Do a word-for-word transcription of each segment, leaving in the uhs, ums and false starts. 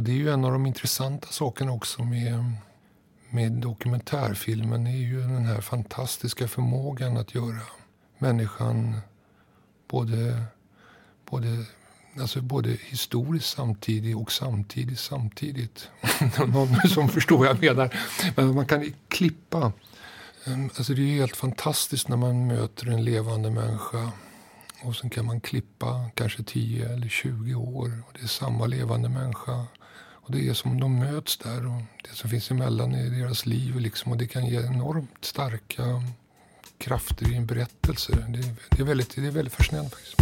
Och det är ju en av de intressanta sakerna också med, med dokumentärfilmen, är ju den här fantastiska förmågan att göra människan både, både, alltså både historiskt samtidigt och samtidigt samtidigt. Någon som förstår vad jag menar. Men man kan klippa. Alltså det är helt fantastiskt när man möter en levande människa. Och sen kan man klippa kanske tio eller tjugo år. Och det är samma levande människa. Och det är som de möts där. Och det som finns emellan i deras liv. Liksom, och det kan ge enormt starka krafter i en berättelse. Det är, det är, väldigt, det är väldigt fascinerande faktiskt.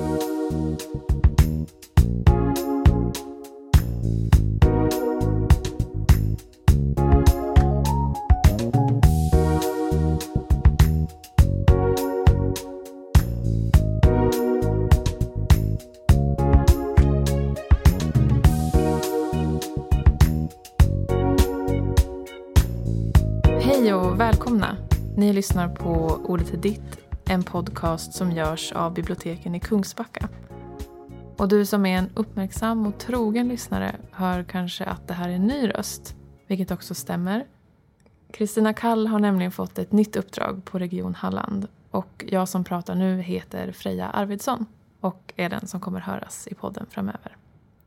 Hej och välkomna. Ni lyssnar på Ordet är ditt, en podcast som görs av biblioteken i Kungsbacka. Och du som är en uppmärksam och trogen lyssnare hör kanske att det här är en ny röst, vilket också stämmer. Kristina Kall har nämligen fått ett nytt uppdrag på Region Halland och jag som pratar nu heter Freja Arvidsson och är den som kommer höras i podden framöver.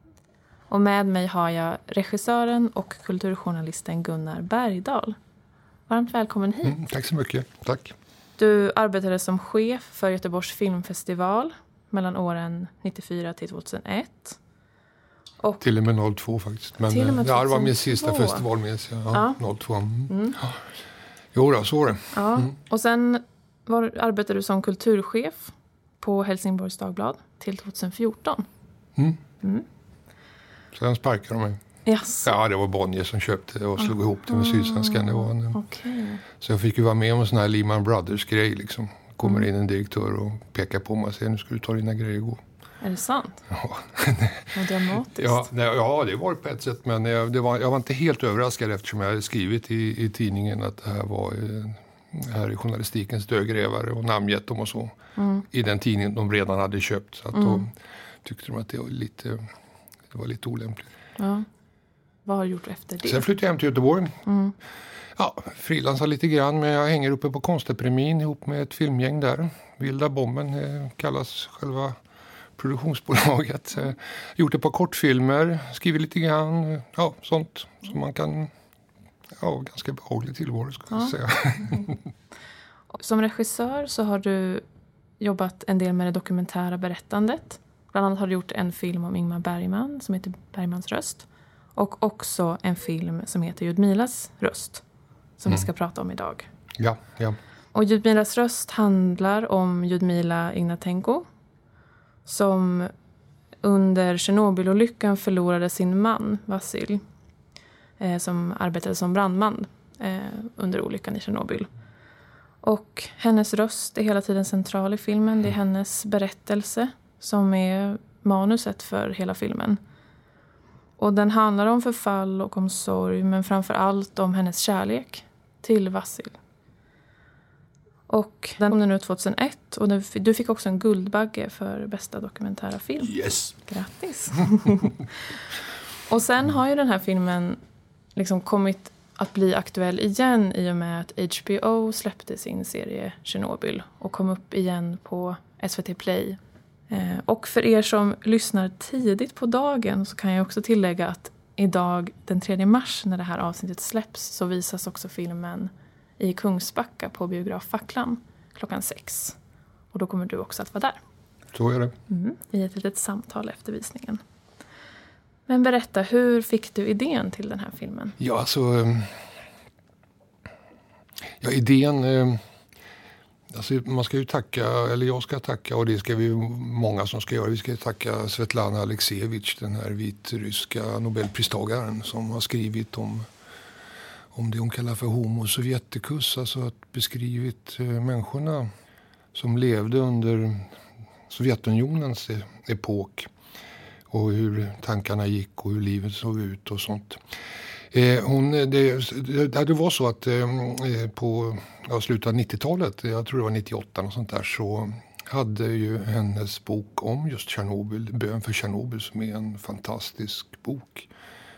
Och med mig har jag regissören och kulturjournalisten Gunnar Bergdahl. Varmt välkommen hit. Mm, tack så mycket. Tack. Du arbetade som chef för Göteborgs filmfestival mellan åren nittiofyra till tjugohundraett. Och till och med noll två faktiskt. Men till och med ja, det var min sista festival med sig. Ja, ja. noll två. Mm. Mm. Jo då, så var det. Ja. Mm. Och sen var, arbetade du som kulturchef på Helsingborgs Dagblad till tjugohundrafjorton. Mm. Mm. Sen sparkade de mig. Yes. Ja, det var Bonnier som köpte och slog ah. ihop det med Sydsvenskan. Det var en, okay. Så jag fick ju vara med om en sån här Lehman Brothers-grej. Liksom. Kommer in en direktör och pekar på mig och säger nu ska du ta dina grejer och gå. Är det sant? Ja. Vad dramatiskt. Ja, nej, ja, det var på ett sätt. Men jag, det var, jag var inte helt överraskad eftersom jag hade skrivit i, i tidningen att det här var eh, här i journalistikens dödgrävare och namngett dem och så. Mm. I den tidningen de redan hade köpt. Så att mm. då tyckte de att det var lite, det var lite olämpligt. Ja. Vad har du gjort efter det? Sen flyttade jag hem till Göteborg. Mm. Ja, frilansar lite grann, men jag hänger uppe på Konstapremin ihop med ett filmgäng där. Vilda bomben eh, kallas själva produktionsbolaget. Eh, gjort ett par kortfilmer, skrivit lite grann, ja, sånt som man kan, ja, ganska behaglig tillvaro ska jag ja. säga. Som regissör så har du jobbat en del med det dokumentära berättandet. Bland annat har du gjort en film om Ingmar Bergman som heter Bergmans röst. Och också en film som heter Ljudmilas röst. Som mm. vi ska prata om idag. Ja, ja. Och Ljudmilas röst handlar om Ljudmila Ignatenko. Som under Tjernobylolyckan förlorade sin man, Vasil. Eh, som arbetade som brandman eh, under olyckan i Tjernobyl. Och hennes röst är hela tiden central i filmen. Det är hennes berättelse som är manuset för hela filmen. Och den handlar om förfall och om sorg, men framför allt om hennes kärlek till Vasil. Och den kom nu tjugohundraett och du fick också en Guldbagge för bästa dokumentära film. Yes! Grattis! Och sen har ju den här filmen liksom kommit att bli aktuell igen i och med att H B O släppte sin serie Tjernobyl och kom upp igen på S V T Play. Eh, och för er som lyssnar tidigt på dagen så kan jag också tillägga att idag den tredje mars när det här avsnittet släpps så visas också filmen i Kungsbacka på biograf Facklan klockan sex. Och då kommer du också att vara där. Så är det. Mm, i ett litet samtal efter visningen. Men berätta, hur fick du idén till den här filmen? Ja, alltså... Ja, idén... Alltså man ska ju tacka, eller jag ska tacka, och det ska vi många som ska göra. Vi ska tacka Svetlana Aleksejevich, den här vitryska nobelpristagaren som har skrivit om, om det hon kallar för homo sovjeticus. Alltså att beskrivit eh, människorna som levde under Sovjetunionens epok. Och hur tankarna gick och hur livet såg ut och sånt. Eh, hon, det, det, det var så att eh, på ja, slutet av nittiotalet, jag tror det var nittioåtta och sånt där, så hade ju hennes bok om just Tjernobyl, Bön för Tjernobyl, som är en fantastisk bok.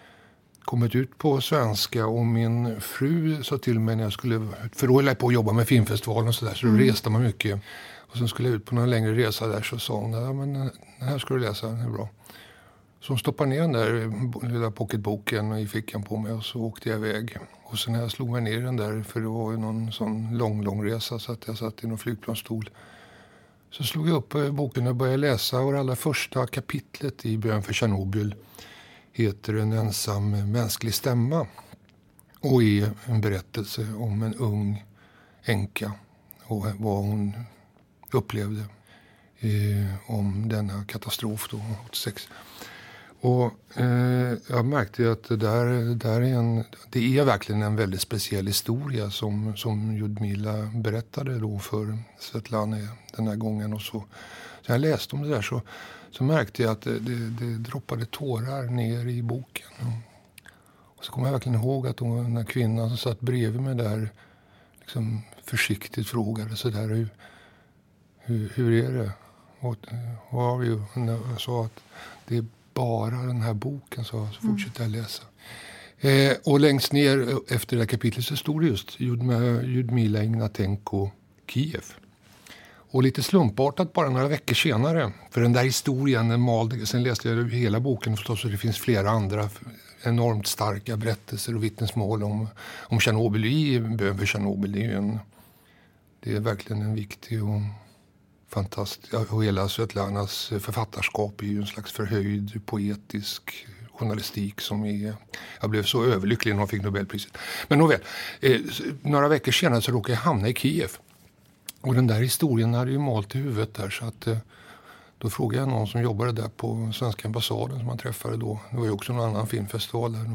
kommit ut på svenska och min fru sa till mig när jag skulle, för då höll jag på att jobba med filmfestivalen och sådär, så då mm. reste man mycket. Och sen skulle jag ut på någon längre resa där, så sa hon, ja men den här ska du läsa, det är bra. Så hon stoppade ner den där lilla pocketboken i fickan på mig och så åkte jag iväg. Och sen när jag slog mig ner den där, för det var ju någon sån lång, lång resa så att jag satt i någon flygplansstol. Så slog jag upp boken och började läsa, och det allra första kapitlet i Bön för Tjernobyl heter En ensam mänsklig stämma och är en berättelse om en ung änka och vad hon upplevde eh, om denna katastrof då, åttiosex. Och eh, jag märkte att det där, där är en, det är verkligen en väldigt speciell historia som, som Ljudmila berättade då för Svetlana den här gången. Och så, så jag läste om det där så, så märkte jag att det, det, det droppade tårar ner i boken. Och så kom jag verkligen ihåg att hon, den här kvinnan som satt bredvid mig där liksom försiktigt frågade så där, hur, hur, hur är det? Och, och jag sa att det är bara den här boken, så, så fortsätter jag läsa. Eh, och längst ner efter det här kapitlet så stod det just Ljudmila Ignatenko, Kiev. Och lite slumpartat bara några veckor senare, för den där historien den malde, sen läste jag hela boken förstås, och det finns flera andra enormt starka berättelser och vittnesmål om, om Tjernobyl i Bön för Tjernobyl. Det är, en, det är verkligen en viktig och fantastisk, och hela Svetlanas författarskap är ju en slags förhöjd poetisk journalistik som är, jag blev så överlycklig när hon fick Nobelpriset. Men nåväl, eh, några veckor senare så råkade jag hamna i Kiev. Och den där historien hade ju malt i huvudet där, så att eh, då frågade jag någon som jobbade där på svenska ambassaden som man träffade då. Det var ju också någon annan filmfestival där då.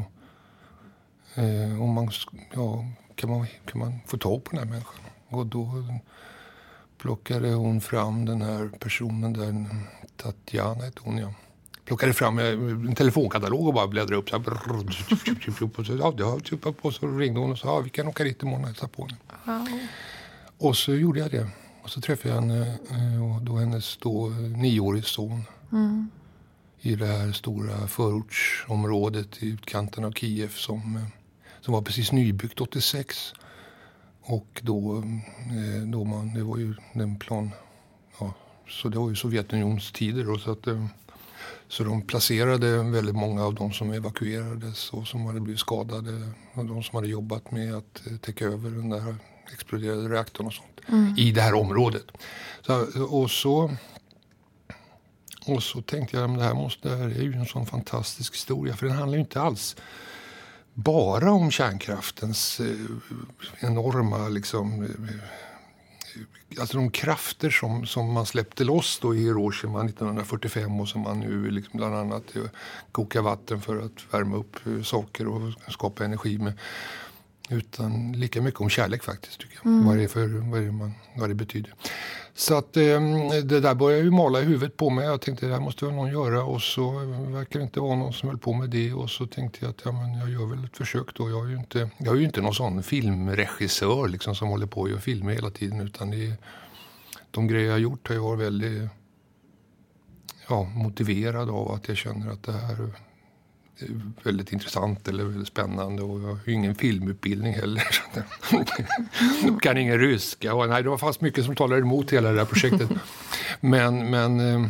Eh, om man, ja, kan man, kan man få tag på den här människan? Och då plockade hon fram den här personen där, Tatjana heter hon, ja. Plockade fram en telefonkatalog och bara bläddrade upp så här. Och så ringde hon och sa, ja, vi kan åka dit imorgon och hälsa på henne. Wow. Och så gjorde jag det. Och så träffade jag henne och då hennes då nioårig son. Mm. I det här stora förortsområdet i utkanten av Kiev som, som var precis nybyggt åttiosex. Och då, då man, det var ju den plan, ja, så det var ju Sovjetunionstider då, så att så de placerade väldigt många av de som evakuerades och som hade blivit skadade och de som hade jobbat med att täcka över den där exploderade reaktorn och sånt mm. i det här området. Så, och så och så tänkte jag att det här måste, det här är ju en sån fantastisk historia, för den handlar ju inte alls bara om kärnkraftens eh, enorma liksom, eh, alltså de krafter som, som man släppte loss då i Hiroshima nittonhundrafyrtiofem och som man nu liksom bland annat eh, kokar vatten för att värma upp eh, saker och skapa energi med. Utan lika mycket om kärlek faktiskt, tycker jag. Mm. Vad, det är för, vad, det man, vad det betyder. Så att eh, det där började ju mala i huvudet på mig. Jag tänkte det här måste väl någon göra. Och så verkar det inte vara någon som höll på med det. Och så tänkte jag att ja, men jag gör väl ett försök då. Jag är ju inte, jag är ju inte någon sån filmregissör liksom, som håller på och gör filmer hela tiden. Utan det är, de grejer jag har gjort har jag varit väldigt ja, motiverad av att jag känner att det här är väldigt intressant eller väldigt spännande, och jag har ju ingen filmutbildning heller. Jag kan ingen ryska och nej, det var fast mycket som talade emot hela det här projektet. men men eh,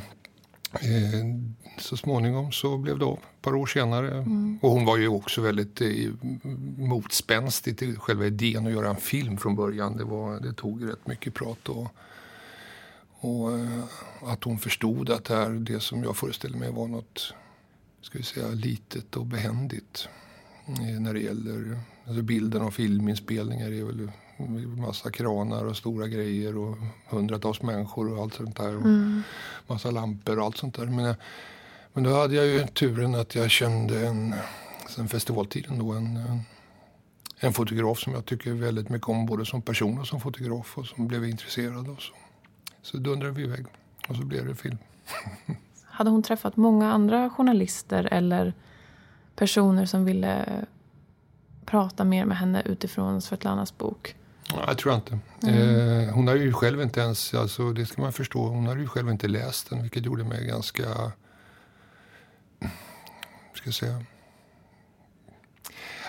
så småningom så blev det av ett par år senare mm. och hon var ju också väldigt eh, motspänstig till själva idén att göra en film från början. Det, var, det tog rätt mycket prat och och eh, att hon förstod att det här, det som jag föreställde mig var något, ska vi säga, litet och behändigt när det gäller alltså bilden av filminspelningar. Det är väl massa kranar och stora grejer och hundratals människor och allt sånt där och mm. massa lampor och allt sånt där. Men, men då hade jag ju turen att jag kände en, sen festivaltiden då en, en, en fotograf som jag tycker väldigt mycket om, både som person och som fotograf, och som blev intresserad och så. Så dundrade vi iväg och så blev det film. Hade hon träffat många andra journalister eller personer som ville prata mer med henne utifrån Svetlanas bok? Ja, jag tror inte. Mm. Eh, hon har ju själv inte ens, alltså det ska man förstå, hon har ju själv inte läst den, vilket gjorde mig ganska, ska jag säga,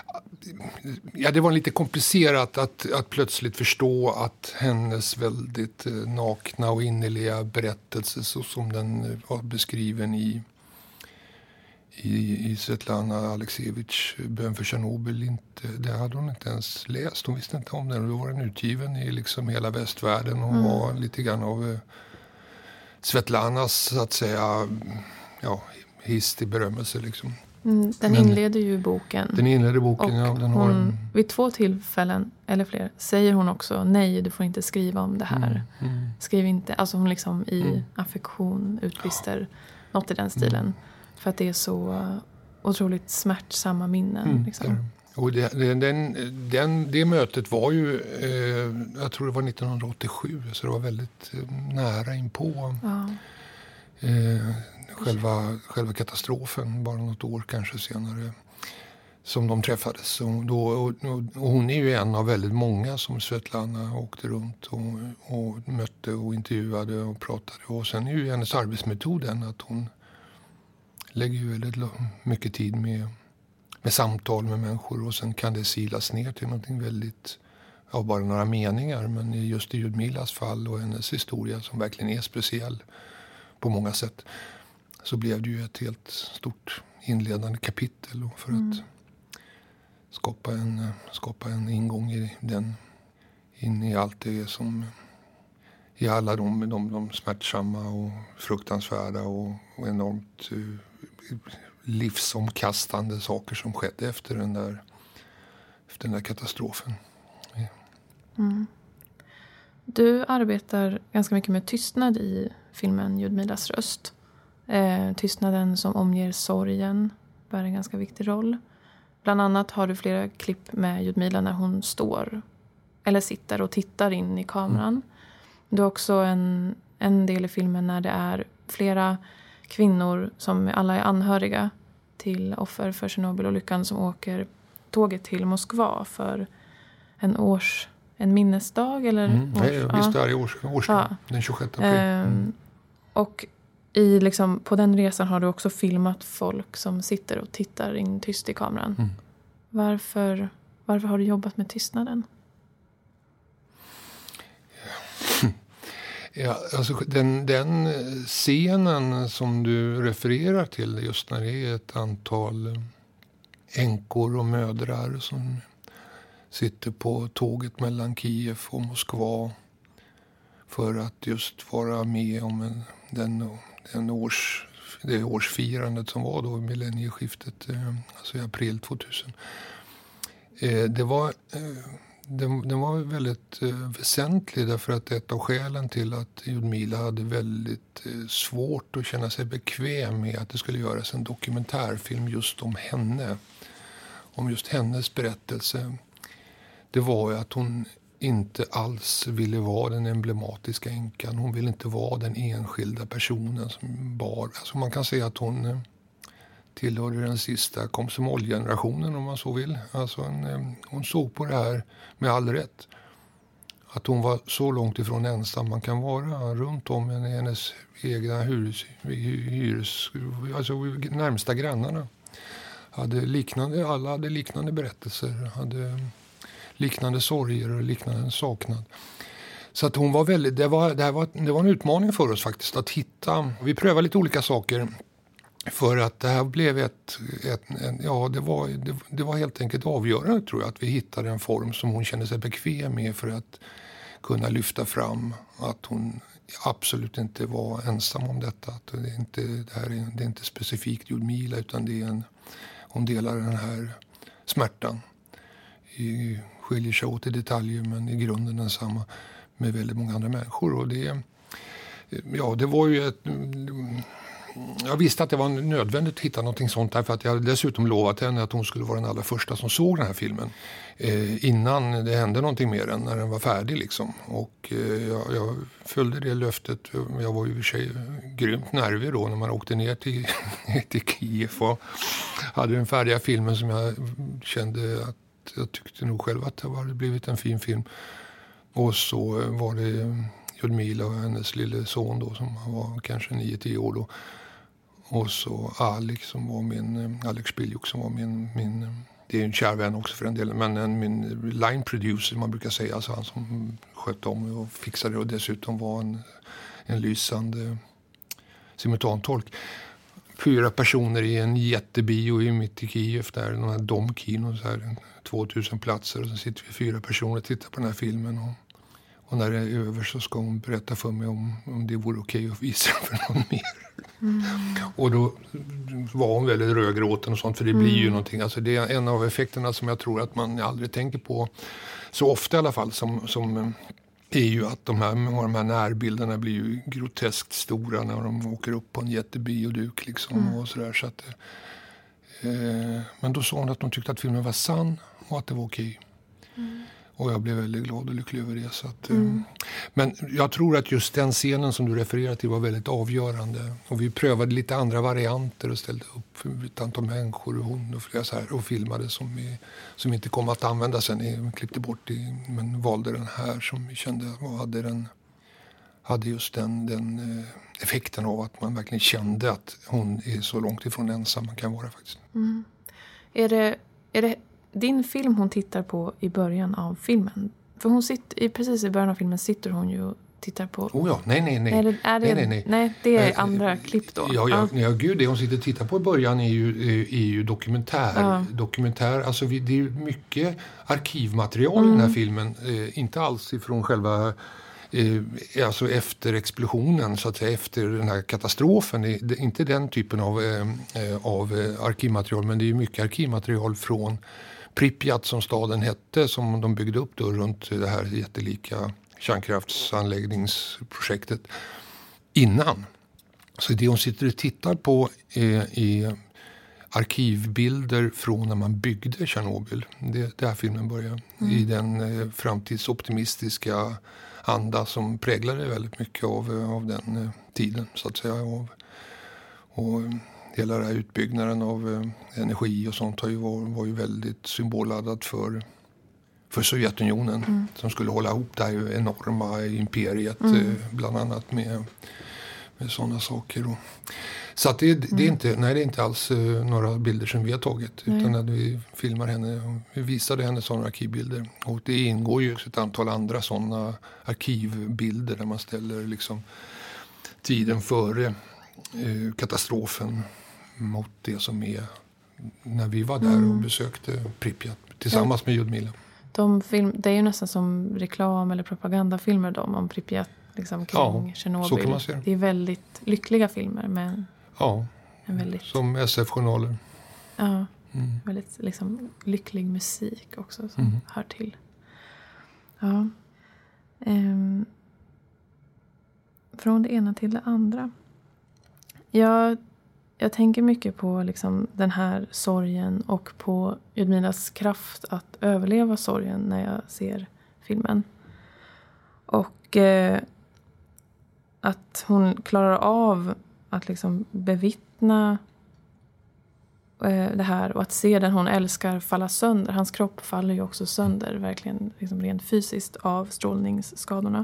Ja, det var lite komplicerat att, att plötsligt förstå att hennes väldigt nakna och innerliga berättelse, så som den var beskriven i, i, i Svetlana Aleksijevitj Bön för Tjernobyl, inte, det hade hon inte ens läst. Hon visste inte om den. Då var den utgiven i liksom hela västvärlden. Hon mm. var lite grann av Svetlanas, så att säga, ja, hiss till berömmelse liksom. Mm, den Men, inleder ju boken. Den inleder boken, och ja. Den hon, har en... vid två tillfällen, eller fler, säger hon också nej, du får inte skriva om det här. Mm, mm. Skriv inte, alltså hon liksom i mm. affektion utbrister ja. något i den stilen. Mm. För att det är så otroligt smärtsamma minnen. Mm, liksom. det och det, den, den, det mötet var ju, eh, jag tror det var nittonhundraåttiosju, så det var väldigt eh, nära inpå. Ja. Eh, själva, själva katastrofen, bara något år kanske senare, som de träffades. Och, då, och, och hon är ju en av väldigt många som Svetlana åkte runt och, och mötte och intervjuade och pratade. Och sen är ju hennes arbetsmetod den att hon lägger ju väldigt mycket tid med, med samtal med människor, och sen kan det silas ner till någonting väldigt, ja, bara några meningar. Men just i Ljudmilas fall och hennes historia, som verkligen är speciell på många sätt, så blev det ju ett helt stort inledande kapitel för att mm. skapa en, skapa en ingång i den, in i allt det som, i alla de, de, de smärtsamma och fruktansvärda och, och enormt uh, livsomkastande saker som skedde efter den där, efter den där katastrofen. Ja. Mm. Du arbetar ganska mycket med tystnad i filmen Ljudmilas röst. Eh, tystnaden som omger sorgen bär en ganska viktig roll. Bland annat har du flera klipp med Ljudmila när hon står eller sitter och tittar in i kameran. Mm. Du har också en, en del i filmen när det är flera kvinnor som alla är anhöriga till offer för Tjernobylolyckan som åker tåget till Moskva för en års en minnesdag eller mm, års, nej, ja. Visst är det års, årsdag, ja. Den tjugosjätte april. Mm. Och i liksom, på den resan har du också filmat folk som sitter och tittar in tyst i kameran. Mm. Varför, varför har du jobbat med tystnaden? Ja, alltså den, den scenen som du refererar till, just när det är ett antal änkor och mödrar som sitter på tåget mellan Kiev och Moskva för att just vara med om en, den, den års, det årsfirandet som var då millennieskiftet, alltså i april tvåtusen. Det var, den, den var väldigt väsentlig därför att ett av skälen till att Ljudmila hade väldigt svårt att känna sig bekväm med att det skulle göras en dokumentärfilm just om henne, om just hennes berättelse. Det var ju att hon inte alls ville vara den emblematiska änkan. Hon ville inte vara den enskilda personen som bar. Alltså man kan säga att hon tillhörde den sista komsomolgenerationen, om man så vill. Alltså en, hon såg på det här med all rätt. Att hon var så långt ifrån ensam man kan vara. Runt om i hennes egna hyres, hyres, alltså närmsta grannarna hade liknande, alla hade liknande berättelser, hade liknande sorger och liknande saknad. Så att hon var väldigt, det var, det här var, det var en utmaning för oss faktiskt att hitta, vi prövade lite olika saker för att det här blev ett, ett en, ja det var, det, det var helt enkelt avgörande tror jag att vi hittade en form som hon kände sig bekväm med för att kunna lyfta fram att hon absolut inte var ensam om detta. Att det, är inte, det, här är, det är inte specifikt Ljudmila utan det är en, hon delar den här smärtan. I, skiljer sig åt i detaljer men i grunden densamma med väldigt många andra människor. Och det, ja, det var ju ett, jag visste att det var nödvändigt att hitta någonting sånt här för att jag hade dessutom lovat henne att hon skulle vara den allra första som såg den här filmen eh, innan det hände någonting mer än när den var färdig liksom. Och eh, jag, jag följde det löftet. Jag var ju i och för sig grymt nervig då när man åkte ner till, till Kiev och hade den färdiga filmen som jag kände att jag tyckte nog själv att det hade blivit en fin film. Och så var det Ljudmila och hennes lille son då som var kanske nio tio år då. Och så Alex som var min, Alex Biljuk som var min, min det är en kär vän också för en del, men en, min line producer, man brukar säga, alltså han som skötte om och fixade och dessutom var en, en lysande simultantolk. Fyra personer i en jättebio i mitt i Kiev, där de här domkino, så här tvåtusen platser, och så sitter vi fyra personer och tittar på den här filmen, och, och när det är över så ska hon berätta för mig om, om det vore okej att visa för någon mer. Mm. Och då var hon väldigt rödgråten och sånt, för det blir mm. ju någonting, alltså det är en av effekterna som jag tror att man aldrig tänker på så ofta i alla fall, som, som är ju att de här, de här närbilderna blir ju groteskt stora när de åker upp på en jättebioduk liksom, mm. och sådär, så att eh, men då sa hon att de tyckte att filmen var sann och att det var okej. Mm. Och jag blev väldigt glad och lycklig över det. Så att, mm. Men jag tror att just den scenen som du refererar till var väldigt avgörande. Och vi prövade lite andra varianter och ställde upp för ett antal människor och hon och flera så här, och filmade som, vi, som inte kom att använda sen. Vi klippte bort det, men valde den här som vi kände och hade, den, hade just den, den effekten av att man verkligen kände att hon är så långt ifrån ensam man kan vara faktiskt. Mm. Är det... Är det... Din film hon tittar på i början av filmen. För hon sitter, precis i början av filmen sitter hon ju och tittar på... Oh ja, nej, nej, nej. Är det, är det, nej, nej, nej. Nej, det är nej, andra äh, klipp då. Ja, ja, ja, gud, det hon sitter och tittar på i början är ju, är ju dokumentär. Ja. Dokumentär, alltså vi, det är ju mycket arkivmaterial mm. i den här filmen. Eh, inte alls ifrån själva... Eh, alltså efter explosionen, så att säga, efter den här katastrofen. Det, det, inte den typen av, eh, av arkivmaterial, men det är ju mycket arkivmaterial från Pripyat som staden hette, som de byggde upp då runt det här jättelika kärnkraftsanläggningsprojektet innan. Så det hon sitter och tittar på är, är arkivbilder från när man byggde Tjernobyl. Det där filmen börjar. Mm. I den eh, framtidsoptimistiska anda som präglade väldigt mycket av, av den eh, tiden, så att säga. Av, och hela den här utbyggnaden av eh, energi och sånt har ju var, var ju väldigt symbolladdat för, för Sovjetunionen. Mm. Som skulle hålla ihop det här enorma imperiet, mm. eh, bland annat med, med sådana saker. Och, så att det, det, mm. är inte, nej, det är inte alls eh, några bilder som vi har tagit, nej. Utan att vi filmar henne, vi visade henne sådana arkivbilder. Och det ingår ju ett antal andra sådana arkivbilder där man ställer liksom tiden före eh, katastrofen mot det som är när vi var där mm. och besökte Pripyat tillsammans ja. med Ljudmila. De film, det är ju nästan som reklam eller propagandafilmer de, om Pripyat liksom, kring ja, Tjernobyl. Så kan man se det. Det är väldigt lyckliga filmer med ja, en väldigt, som S F-journaler. Ja, mm. väldigt liksom, lycklig musik också som mm. hör till. Ja. Um, från det ena till det andra. Jag, jag tänker mycket på liksom, den här sorgen och på Ljudmilas kraft att överleva sorgen när jag ser filmen. Och eh, att hon klarar av att liksom bevittna eh, det här och att se den hon älskar falla sönder. Hans kropp faller ju också sönder, verkligen liksom rent fysiskt, av strålningsskadorna.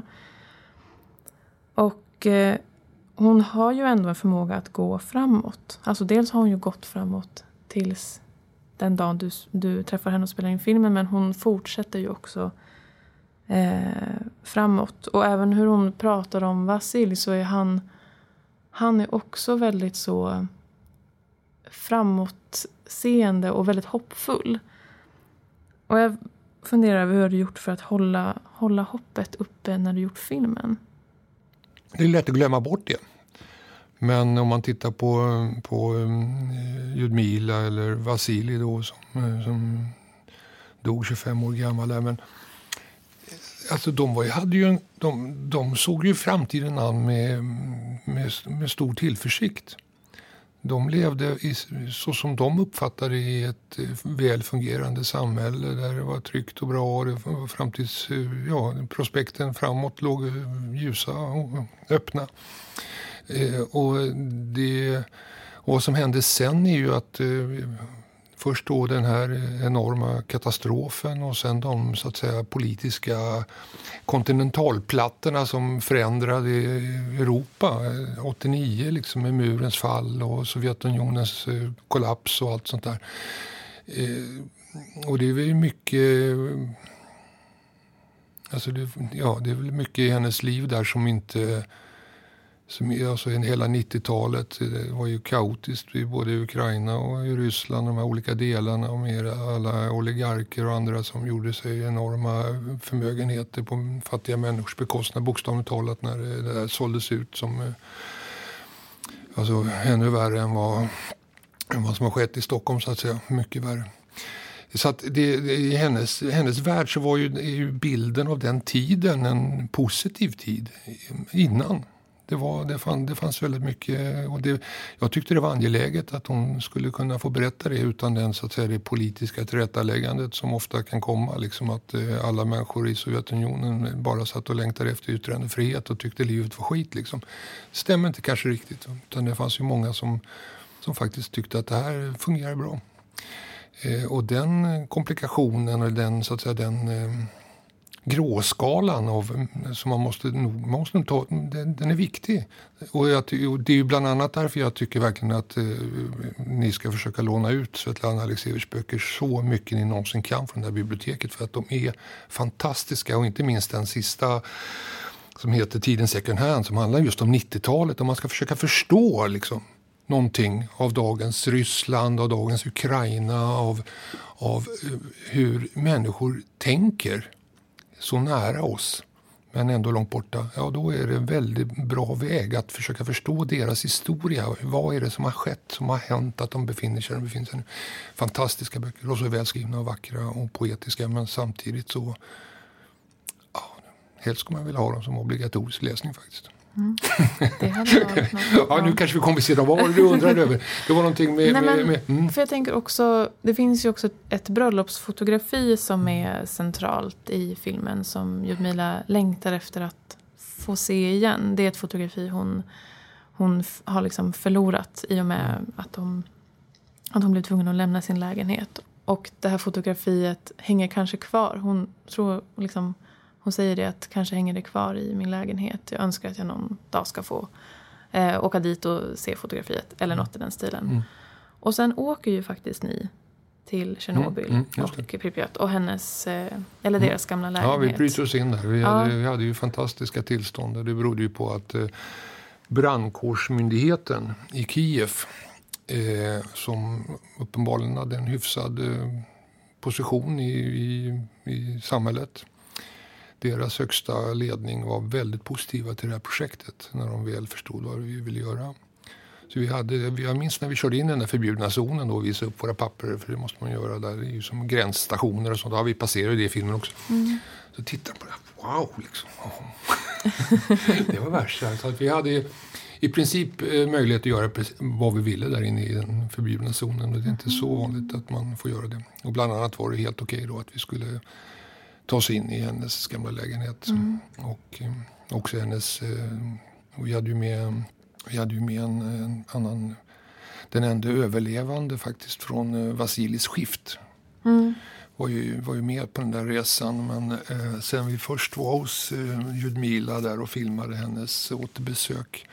Och eh, hon har ju ändå en förmåga att gå framåt. Alltså dels har hon ju gått framåt tills den dagen du, du träffar henne och spelar in filmen, men hon fortsätter ju också eh, framåt. Och även hur hon pratar om Vasil, så är han han är också väldigt så framåtseende och väldigt hoppfull. Och jag funderar över hur du har gjort för att hålla, hålla hoppet uppe när du gjort filmen. Det är lätt att glömma bort det. Men om man tittar på, på um, Ljudmila eller Vasili då, som, som dog tjugofem år gammal där, men alltså de, var, hade ju en, de, de såg ju framtiden an med, med, med stor tillförsikt. De levde i, så som de uppfattade, i ett väl fungerande samhälle där det var tryggt och bra. Det var framtids, ja, prospekten framåt låg ljusa och öppna. Eh, och det, och vad som hände sen är ju att eh, först då den här enorma katastrofen och sen de så att säga politiska kontinentalplattorna som förändrade Europa. åttionio liksom med murens fall och Sovjetunionens kollaps och allt sånt där. och det är väl mycket... Alltså det, ja, det är väl mycket i hennes liv där som inte... Som, alltså hela nittiotalet det var ju kaotiskt i både Ukraina och i Ryssland, de här olika delarna, och med alla oligarker och andra som gjorde sig enorma förmögenheter på fattiga människors bekostnad, bokstavligt talat, när det, det där såldes ut som alltså ännu värre än vad, än vad som har skett i Stockholm, så att säga, mycket värre. Så att det, det, i hennes, hennes värld så var ju, ju bilden av den tiden en positiv tid innan. Det, var, det, fann, det fanns väldigt mycket, och det, jag tyckte det var angeläget att hon skulle kunna få berätta det utan den, så att säga, det politiska tillrättaläggandet som ofta kan komma. Liksom att eh, alla människor i Sovjetunionen bara satt och längtade efter yttrandefrihet och tyckte livet var skit. Liksom. Det stämmer inte kanske riktigt, utan det fanns ju många som, som faktiskt tyckte att det här fungerar bra. Eh, och den komplikationen och den, så att säga, den... Eh, gråskalan av, som man måste nog, man måste nog ta, den, den är viktig. Och, jag, och det är ju bland annat därför jag tycker verkligen att eh, ni ska försöka låna ut Svetlana Aleksijevitjs böcker så mycket ni någonsin kan från det här biblioteket, för att de är fantastiska, och inte minst den sista som heter Tiden second hand, som handlar just om nittiotalet, och man ska försöka förstå liksom någonting av dagens Ryssland, av dagens Ukraina, av, av hur människor tänker så nära oss men ändå långt borta. Ja, då är det en väldigt bra väg att försöka förstå deras historia. Vad är det som har skett, som har hänt att de befinner sig där de befinner sig nu. Fantastiska böcker, och så välskrivna och vackra och poetiska, men samtidigt så ja, helst skulle man vilja ha dem som obligatorisk läsning faktiskt. Mm. Det hade varit något. Ja, nu kanske vi kommer se vad var det du undrade över. Det var någonting med... Nej, men, med, med mm. För jag tänker också, det finns ju också ett bröllopsfotografi som är centralt i filmen som Ljudmila längtar efter att få se igen. Det är ett fotografi hon, hon f- har liksom förlorat i och med att de, att hon blev tvungen att lämna sin lägenhet. Och det här fotografiet hänger kanske kvar. Hon tror liksom... Hon säger det att kanske hänger det kvar i min lägenhet. Jag önskar att jag någon dag ska få eh, åka dit och se fotografiet. Eller mm. något i den stilen. Mm. Och sen åker ju faktiskt ni till Tjernobyl mm. Mm, och Pripyat. Och hennes, eh, eller deras mm. gamla lägenhet. Ja, vi bryter oss in där. Vi, ja. hade, vi hade ju fantastiska tillstånd. Det berodde ju på att eh, brandkårsmyndigheten i Kiev, eh, som uppenbarligen hade en hyfsad eh, position i, i, i samhället. Deras högsta ledning var väldigt positiva till det här projektet när de väl förstod vad vi ville göra. Så vi hade, jag minns när vi körde in i den där förbjudna zonen då och visade upp våra papper, för det måste man göra där. Det är ju som gränsstationer och sånt. Då har vi passerat det i filmen också. Mm. Så tittar på det här. Wow, liksom. Det var värsta. Så att vi hade i princip möjlighet att göra vad vi ville där inne i den förbjudna zonen. Det är inte så vanligt att man får göra det. Och bland annat var det helt okej då att vi skulle ta sig in i hennes gamla lägenhet. Mm. Och eh, också hennes... Eh, vi hade ju med, vi hade ju med en, en annan... Den enda överlevande faktiskt från eh, Vasilis skift. Mm. Var, ju, var ju med på den där resan. Men eh, sen vi först var hos eh, Ljudmila där och filmade hennes återbesök,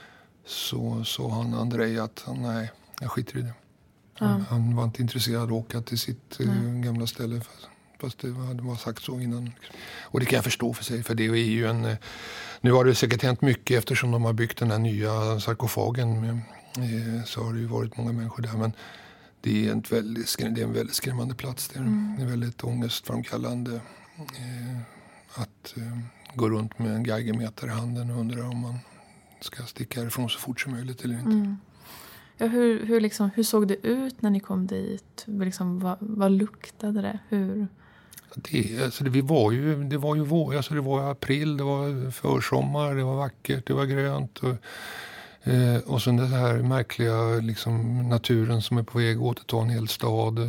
så sa han Andrei att han, nej, jag skiter i det. Han, mm. han var inte intresserad av att åka till sitt eh, gamla ställe. Fast det var, det var sagt så innan. Och det kan jag förstå för sig. För det är ju en... Nu har det säkert hänt mycket eftersom de har byggt den här nya sarkofagen. Med, eh, så har det ju varit många människor där. Men det är, ett väldigt, det är en väldigt skrämmande plats. Det är, mm. det är väldigt ångestframkallande eh, att eh, gå runt med en geigermeter i handen och undra om man ska sticka ifrån så fort som möjligt eller inte. Mm. Ja, hur, hur, liksom, hur såg det ut när ni kom dit? Liksom, vad, vad luktade det? Hur... Det, alltså det, vi var ju, det var ju vår, alltså det var april, det var försommar, det var vackert, det var grönt. Och, eh, och sen det här märkliga liksom, naturen som är på väg att återta en hel stad.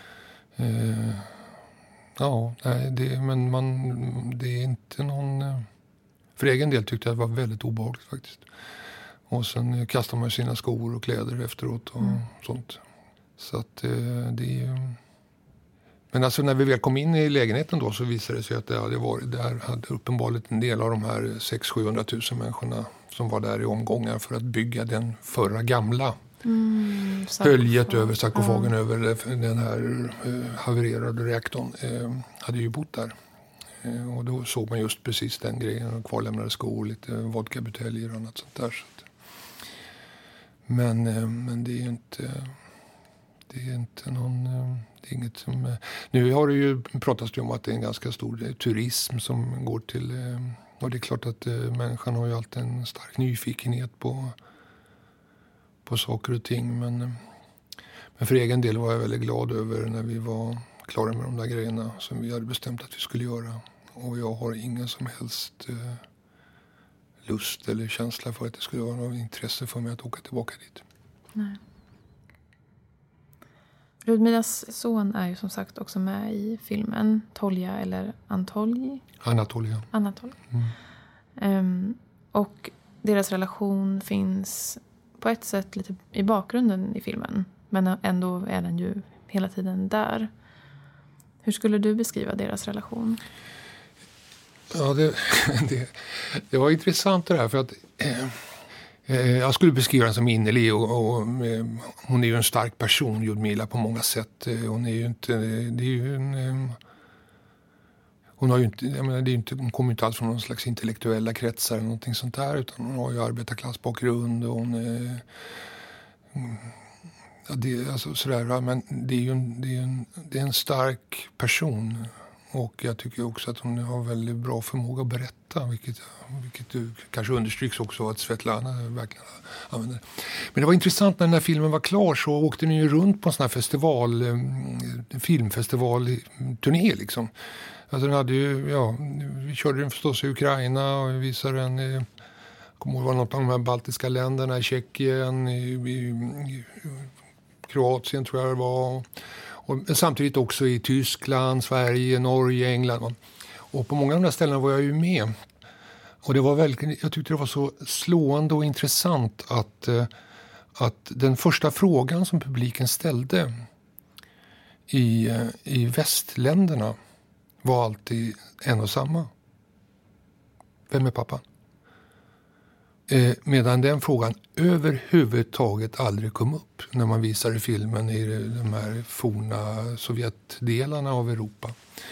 Eh, ja, nej, det, men man, det är inte någon... För egen del tyckte jag det var väldigt obehagligt faktiskt. Och sen kastar man sina skor och kläder efteråt och mm. sånt. Så att eh, det är ju... Men alltså när vi väl kom in i lägenheten då så visade det sig att det hade varit där, hade uppenbarligen en del av de här sex till sjuhundratusen människorna som var där i omgångar för att bygga den förra gamla Mm, höljet över sarkofagen ja. över den här uh, havererade reaktorn uh, hade ju bott där. Uh, och då såg man just precis den grejen. Kvarlämnade skor, lite vodkabuteljer och annat sånt där. Så att, men, uh, men det är inte... Uh, det är inte någon... Uh, det är inget som... Uh, nu har det ju pratats det om att det är en ganska stor uh, turism som går till... Uh, och det är klart att uh, människan har ju alltid en stark nyfikenhet på... på saker och ting. Men, men för egen del var jag väldigt glad över när vi var klara med de där grejerna som vi hade bestämt att vi skulle göra. Och jag har ingen som helst eh, lust eller känsla för att det skulle vara något intresse för mig att åka tillbaka dit. Nej. Ludmilas son är ju som sagt också med i filmen Tolja eller Antolji. Anatolja. Anatolj. Mm. Um, och deras relation finns... på ett sätt lite i bakgrunden i filmen. Men ändå är den ju hela tiden där. Hur skulle du beskriva deras relation? Ja, det, det, det var intressant det här. För att, eh, jag skulle beskriva den som innerlig. Och, och, eh, hon är ju en stark person, Ljudmila, på många sätt. Hon är ju inte... Det är ju en... Eh, Hon, har ju inte, jag menar, det är inte, hon kommer inte alls från någon slags intellektuella kretsar eller någonting sånt där, utan hon har ju arbetarklassbakgrund och hon är, ja, det, alltså sådär, men det är ju en, det är en, det är en stark person och jag tycker också att hon har väldigt bra förmåga att berätta, vilket, vilket du kanske understryks också att Svetlana verkligen använder. Men det var intressant när den här filmen var klar så åkte ni ju runt på en sån här festival, filmfestivalturné liksom. Alltså den hade ju, ja, vi körde den förstås i Ukraina och vi visade den i, kommer ihåg, något av de här baltiska länderna, i Tjeckien, i, i, i Kroatien tror jag det var. Och, och samtidigt också i Tyskland, Sverige, Norge, England. Och på många av de där ställena var jag ju med. Och det var väldigt, jag tyckte det var så slående och intressant att, att den första frågan som publiken ställde i, i västländerna var alltid en och samma. Vem är pappan? Eh, medan den frågan överhuvudtaget aldrig kom upp när man visade filmen i de här forna Sovjetdelarna av Europa.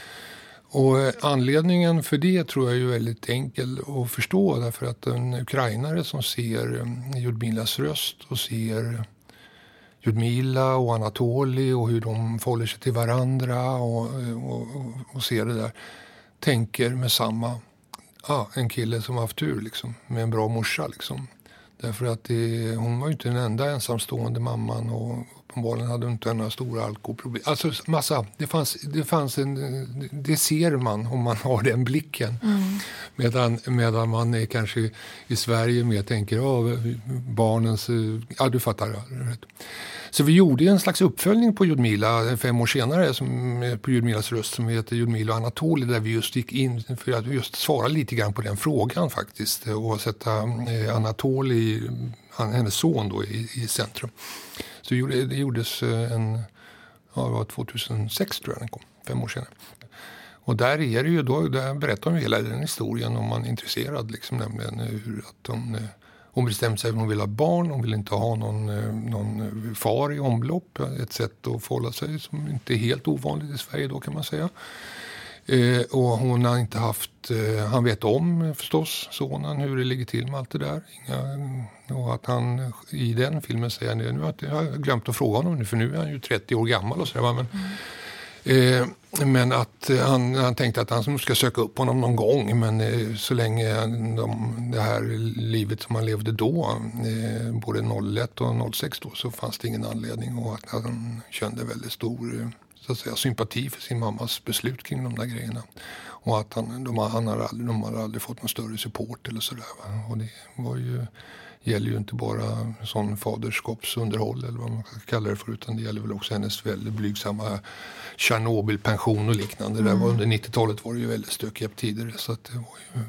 Och eh, anledningen för det tror jag är väldigt enkel att förstå, därför att en ukrainare som ser eh, Ljudmilas röst och ser Ljudmila och Anatolij och hur de förhåller sig till varandra och, och, och ser det där, tänker med samma, ah, en kille som har haft tur liksom, med en bra morsa liksom. Därför att det, hon var ju inte den enda ensamstående mamman och uppenbarligen hade inte några stora alkoholproblem. Alltså massa, det fanns, det fanns en, det ser man om man har den blicken. Mm. Medan, medan man är kanske i Sverige med tänker, ja, barnens, ja du fattar rätt. Så vi gjorde en slags uppföljning på Ljudmila fem år senare som, på Ljudmilas röst som heter Ljudmila och Anatolij, där vi just gick in för att just svara lite grann på den frågan faktiskt och sätta eh, Anatolij, hennes son då, i, i centrum. Så det, gjorde, det gjordes en, ja, det var tjugohundrasex tror jag den kom, fem år senare. Och där är det ju då, där berättar de hela den historien om man är intresserad liksom, nämligen hur att de... Hon bestämde sig att hon vill ha barn, hon vill inte ha någon, någon far i omlopp. Ett sätt att förhålla sig som inte är helt ovanligt i Sverige då kan man säga. Eh, och hon har inte haft, eh, han vet om förstås sonen hur det ligger till med allt det där. Inga, och att han i den filmen säger nu att jag har glömt att fråga honom nu för nu är han ju trettio år gammal och sådär. Men, mm. Eh, men att han, han tänkte att han ska söka upp honom någon gång, men eh, så länge de, det här livet som han levde då, eh, både noll ett och noll sex då, så fanns det ingen anledning, och att han kände väldigt stor eh, så att säga, sympati för sin mammas beslut kring de där grejerna. Och att han, de, han har aldrig, de har aldrig fått någon större support eller sådär. Va? Och det var ju, gäller ju inte bara sån faderskapsunderhåll eller vad man kan kalla det för, utan det gäller väl också hennes väldigt blygsamma Tjernobylpension och liknande. Mm. Där var under nittiotalet var det ju väldigt stökiga tider, så att det var ju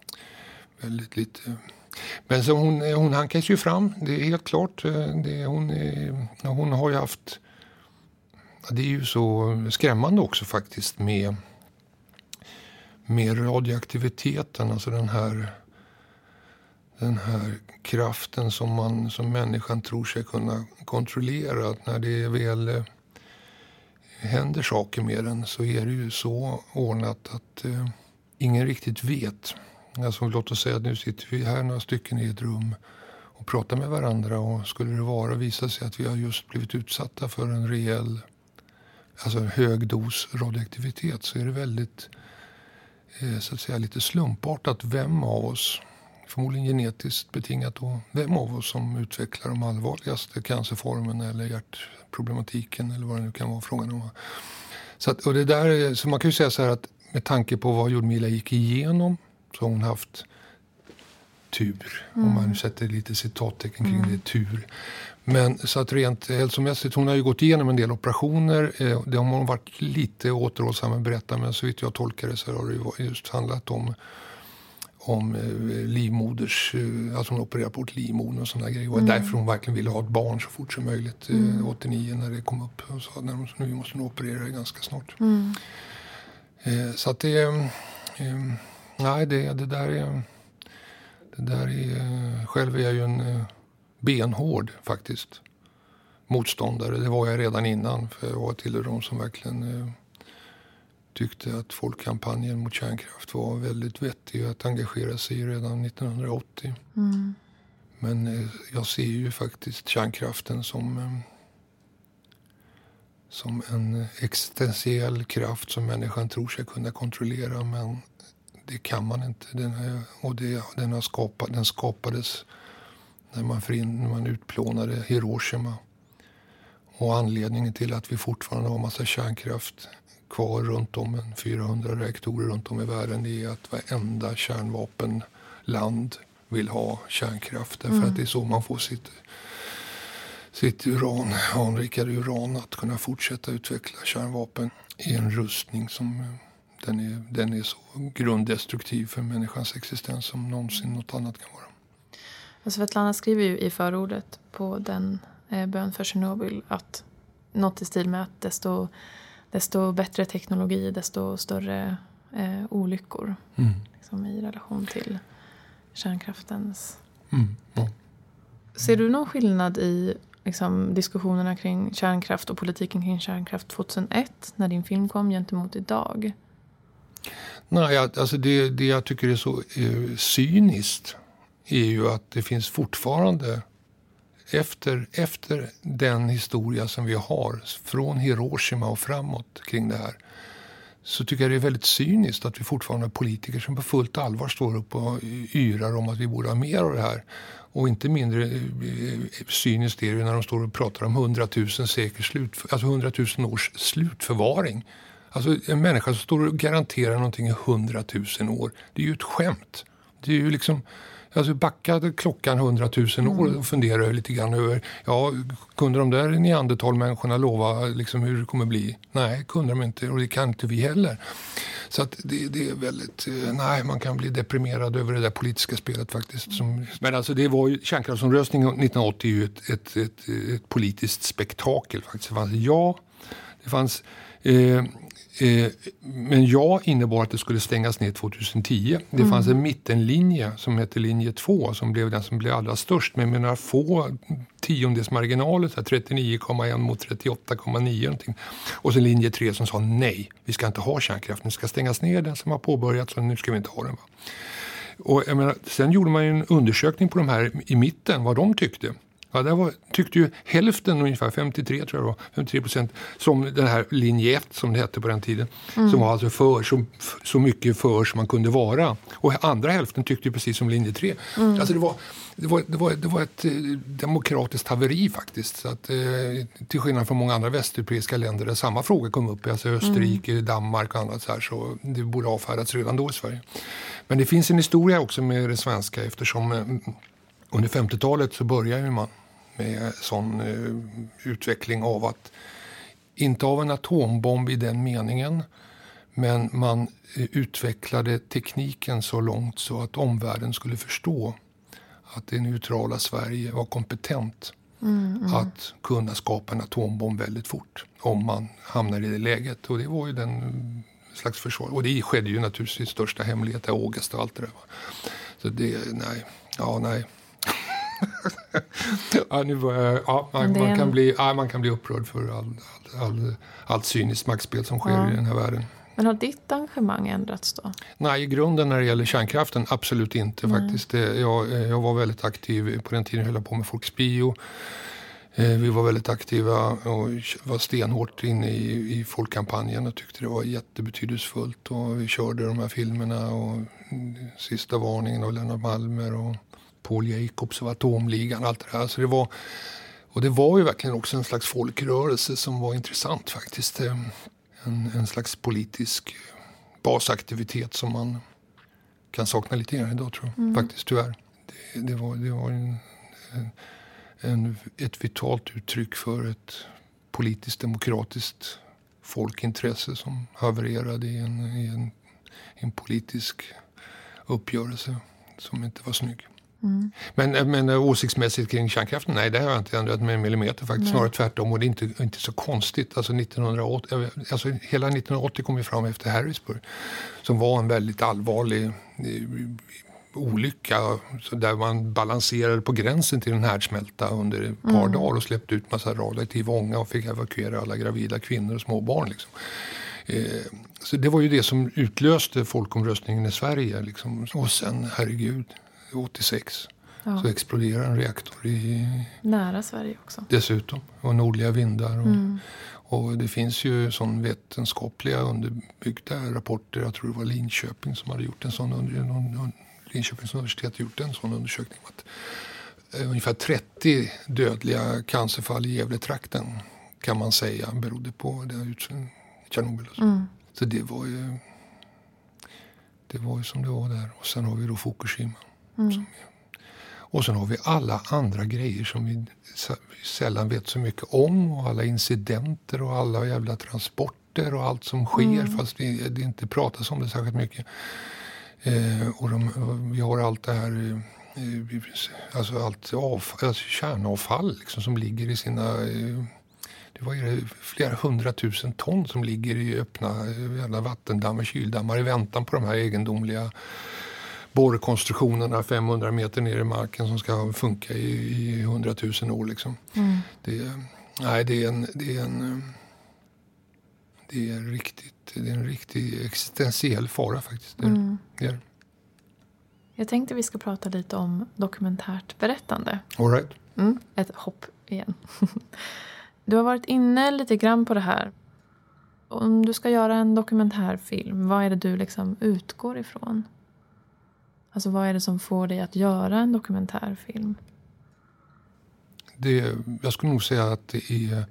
väldigt lite. Men så hon, hon hankas ju fram, det är helt klart. Det, hon, är, hon har ju haft, det är ju så skrämmande också faktiskt med, med radioaktiviteten, alltså den här den här kraften som, man, som människan tror sig kunna kontrollera. Att när det väl eh, händer saker med den så är det ju så ordnat att eh, ingen riktigt vet. Alltså, låt oss säga att nu sitter vi här några stycken i ett rum och pratar med varandra, och skulle det vara visa sig att vi har just blivit utsatta för en rejäl, alltså hög dos radioaktivitet, så är det väldigt eh, så att säga lite slumpartat vem av oss, förmodligen genetiskt betingat då, vem av oss som utvecklar de allvarligaste cancerformerna eller hjärtproblematiken eller vad det nu kan vara frågan om. Så, att, och det där, så man kan ju säga så här att med tanke på vad Ljudmila gick igenom så har hon haft tur. Mm. Om man nu sätter lite citattecken kring mm. det, tur. Men så att rent hälsomässigt, hon har ju gått igenom en del operationer. Eh, det har hon varit lite återhållsam med att berätta, men så vitt jag tolkar det så har det just handlat om om eh, livmoders, eh, alltså hon opererar bort livmodern och sådana grejer. Och mm. därför hon verkligen ville ha ett barn så fort som möjligt. Eh, mm. åttionio när det kom upp och sa att nu måste hon operera ganska snart. Mm. Eh, så att det eh, nej, det, det där är det där är, själv är jag ju en eh, benhård faktiskt motståndare. Det var jag redan innan, för jag var till de som verkligen eh, tyckte att folkkampanjen mot kärnkraft var väldigt vettig att engagera sig i redan nittonhundraåttio. Mm. Men eh, jag ser ju faktiskt kärnkraften som eh, som en existentiell kraft som människan tror sig kunna kontrollera, men det kan man inte. Den, är, och det, den, har skapat, den skapades när man, för när man utplånade Hiroshima. Och anledningen till att vi fortfarande har massa kärnkraft kvar runt om, en fyrahundra reaktorer runt om i världen, är att varenda kärnvapenland vill ha kärnkraft. Därför mm. att det är så man får sitt, sitt uran, anrikade uran, att kunna fortsätta utveckla kärnvapen i en rustning som den är, den är så grunddestruktiv för människans existens som någonsin något annat kan vara. Och Svetlana skriver ju i förordet på den eh, bön för Tjernobyl att något i stil med att desto, desto bättre teknologi, desto större eh, olyckor mm. liksom i relation till kärnkraftens. Mm. Ja. Ser du någon skillnad i liksom, diskussionerna kring kärnkraft och politiken kring kärnkraft tjugohundraett när din film kom gentemot idag? Nej, alltså det, det jag tycker är så eh, cyniskt är ju att det finns fortfarande efter, efter den historia som vi har från Hiroshima och framåt kring det här, så tycker jag det är väldigt cyniskt att vi fortfarande har politiker som på fullt allvar står upp och yrar om att vi borde ha mer av det här. Och inte mindre cyniskt är det när de står och pratar om hundratusen säker slut, alltså hundratusen års slutförvaring. Alltså en människa som står och garanterar någonting i hundratusen år, det är ju ett skämt. Det är ju liksom, alltså backade klockan hundratusen år och funderar lite grann över, ja, kunde de där neandertalmänniskorna lova liksom hur det kommer bli? Nej, kunde de inte, och det kan inte vi heller. Så att det, det är väldigt, nej, man kan bli deprimerad över det där politiska spelet faktiskt. Som, men alltså det var ju, kärnkraftsomröstningen nittonhundraåttio är ju ett, ett, ett, ett politiskt spektakel faktiskt. Det fanns ja, det fanns eh, Eh, men ja innebar att det skulle stängas ner tjugohundratio. Det mm. fanns en mittenlinje som hette linje två som blev den som blev allra störst, men med några få tiondels marginaler, så här trettionio komma ett mot trettioåtta komma nio någonting. Och så linje tre som sa nej, vi ska inte ha kärnkraft, nu ska stängas ner den som har påbörjats, så nu ska vi inte ha den. Va? Och jag menar, sen gjorde man ju en undersökning på de här i mitten, vad de tyckte. Ja, där var, tyckte ju hälften, ungefär femtiotre tror jag det var, femtiotre procent, som den här linje ett som det hette på den tiden, mm. som var alltså för, så, så mycket för som man kunde vara. Och andra hälften tyckte ju precis som linje tre. Mm. Alltså det var, det, var, det, var, det var ett demokratiskt haveri faktiskt. Så att, eh, till skillnad från många andra västeuropeiska länder där samma frågor kom upp, alltså Österrike, mm. Danmark och annat så här, så det borde avfärdas redan då i Sverige. Men det finns en historia också med det svenska, eftersom eh, under femtiotalet så började man med sån eh, utveckling av att inte av en atombomb i den meningen, men man eh, utvecklade tekniken så långt så att omvärlden skulle förstå att det neutrala Sverige var kompetent mm, mm. att kunna skapa en atombomb väldigt fort om man hamnar i det läget. Och det var ju den slags försvar. Och det skedde ju naturligtvis i största hemlighet, Ågesta och allt det där. Så det, nej, Ja, nej. ja, nu var jag, ja, man, man, en... kan bli, ja, man kan bli upprörd för all, all, all, allt cyniskt maktspel som sker ja. i den här världen. Men har ditt engagemang ändrats då? Nej, i grunden när det gäller kärnkraften absolut inte mm. faktiskt. Jag, jag var väldigt aktiv på den tiden jag höll på med Folkets Bio. Vi var väldigt aktiva och var stenhårt inne i, i folkkampanjen och tyckte det var jättebetydelsefullt. Och vi körde de här filmerna och Sista varningen av Lennart Malmer och Paul Jacobs och Atomligan och allt det där. Så det var, och det var ju verkligen också en slags folkrörelse som var intressant faktiskt. En, en slags politisk basaktivitet som man kan sakna lite grann idag tror jag. Mm. Faktiskt tyvärr. Det, det var, det var en, en, en, ett vitalt uttryck för ett politiskt demokratiskt folkintresse som havererade i en, i en, i en politisk uppgörelse som inte var snygg. Mm. Men, men åsiktsmässigt kring kärnkraften, nej, det har jag inte ändrat med en millimeter faktiskt, nej. Snarare tvärtom, och det är inte, inte så konstigt. Alltså, nittonhundraåttio, alltså hela nittonhundraåttio kom ju fram efter Harrisburg som var en väldigt allvarlig eh, olycka så där man balanserade på gränsen till en härdsmälta under ett par mm. dagar och släppte ut massa radioaktiv ånga och fick evakuera alla gravida kvinnor och små barn liksom. Eh, så det var ju det som utlöste folkomröstningen i Sverige liksom. Och sen, herregud, åttiosex ja. Så exploderar en reaktor i... Nära Sverige också. Dessutom, och nordliga vindar. Och, mm. och det finns ju sån vetenskapliga underbyggda rapporter. Jag tror det var Linköping som hade gjort en sån under, Linköpings universitet gjort en sån undersökning. Att eh, ungefär trettio dödliga cancerfall i Gävletrakten kan man säga berodde på det här Tjernobyl. Alltså. Mm. Så det var ju det var ju som det var där. Och sen har vi då Fukushima. Mm. Som, och sen har vi alla andra grejer som vi sällan vet så mycket om. Och alla incidenter och alla jävla transporter och allt som sker. Mm. Fast vi, det inte pratas om det särskilt mycket. Eh, och, de, och vi har allt det här, eh, alltså allt avfall, alltså kärnavfall liksom, som ligger i sina... Eh, det var ju flera hundratusen ton som ligger i öppna jävla vattendammar, kyldammar i väntan på de här egendomliga borrkonstruktionerna femhundra meter ner i marken som ska funka i, i hundratusen år liksom. Mm. Det, nej, det är en det är en det är riktigt det är en riktig existentiell fara faktiskt. Det, mm. det är. Jag tänkte vi ska prata lite om dokumentärt berättande. All right. Mm, ett hopp igen. Du har varit inne lite grann på det här. Om du ska göra en dokumentärfilm, vad är det du liksom utgår ifrån? Alltså vad är det som får dig att göra en dokumentärfilm? Det, jag skulle nog säga att det är